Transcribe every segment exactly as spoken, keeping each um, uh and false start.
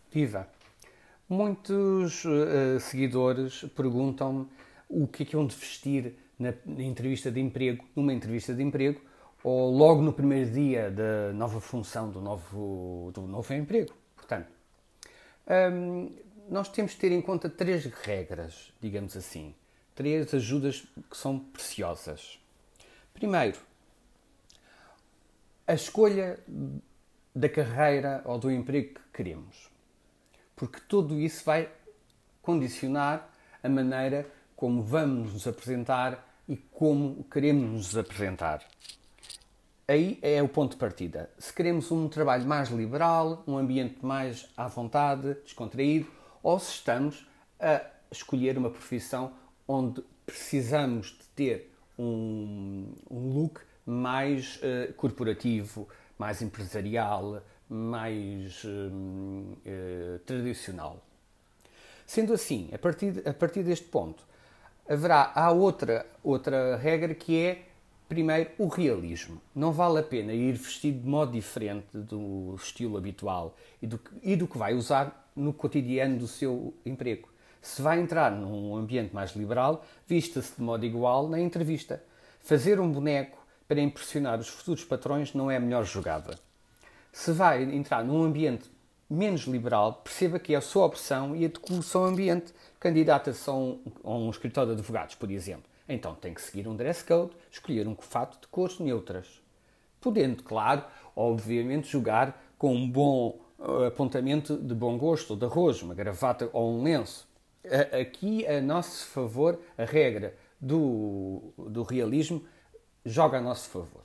Viva! Muitos uh, seguidores perguntam-me o que é que eu de vestir na, na entrevista de emprego, numa entrevista de emprego, ou logo no primeiro dia da nova função, do novo, do novo emprego. Portanto, um, nós temos de ter em conta três regras, digamos assim. Três ajudas que são preciosas. Primeiro, a escolha da carreira ou do emprego que queremos. Porque tudo isso vai condicionar a maneira como vamos nos apresentar e como queremos nos apresentar. Aí é o ponto de partida. Se queremos um trabalho mais liberal, um ambiente mais à vontade, descontraído, ou se estamos a escolher uma profissão onde precisamos de ter um, um look mais uh, corporativo, mais empresarial, mais uh, uh, tradicional. Sendo assim, a partir, a partir deste ponto, haverá há outra, outra regra que é, primeiro, o realismo. Não vale a pena ir vestido de modo diferente do estilo habitual e do, e do que vai usar no cotidiano do seu emprego. Se vai entrar num ambiente mais liberal, vista-se de modo igual na entrevista. Fazer um boneco para impressionar os futuros patrões não é a melhor jogada. Se vai entrar num ambiente menos liberal, perceba que é a sua opção e adequa-se ao ambiente. Candidata-se a um, a um escritório de advogados, por exemplo. Então tem que seguir um dress code, escolher um fato de cores neutras. Podendo, claro, obviamente, jogar com um bom apontamento de bom gosto, ou de arrojo, uma gravata ou um lenço. Aqui, a nosso favor, a regra do, do realismo joga a nosso favor.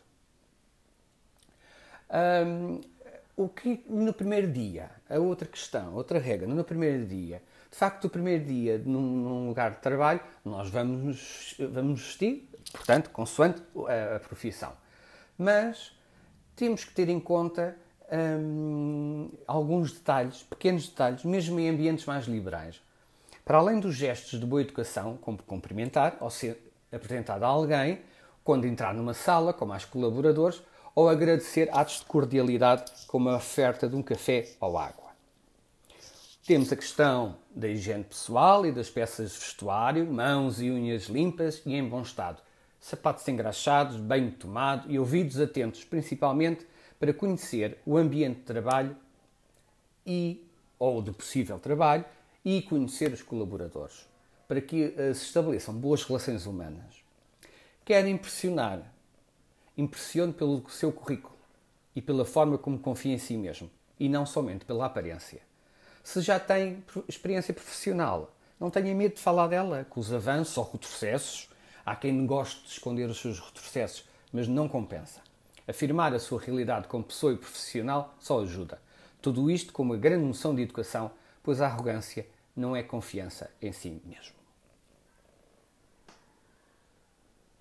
Um, o que no primeiro dia, a outra questão, outra regra, no primeiro dia, de facto, o primeiro dia num, num lugar de trabalho, nós vamos, vamos vestir, portanto, consoante a, a profissão. Mas temos que ter em conta hum, alguns detalhes, pequenos detalhes, mesmo em ambientes mais liberais. Para além dos gestos de boa educação, como cumprimentar ou ser apresentado a alguém, quando entrar numa sala com mais colaboradores, ou agradecer atos de cordialidade, como a oferta de um café ou água. Temos a questão da higiene pessoal e das peças de vestuário, mãos e unhas limpas e em bom estado, sapatos engraxados, banho tomado e ouvidos atentos, principalmente para conhecer o ambiente de trabalho e, ou de possível trabalho, e conhecer os colaboradores, para que uh, se estabeleçam boas relações humanas. Quer impressionar? Impressione pelo seu currículo e pela forma como confia em si mesmo, e não somente pela aparência. Se já tem experiência profissional, não tenha medo de falar dela, com os avanços ou retrocessos. Há quem goste de esconder os seus retrocessos, mas não compensa. Afirmar a sua realidade como pessoa e profissional só ajuda. Tudo isto com uma grande noção de educação, pois a arrogância não é confiança em si mesmo.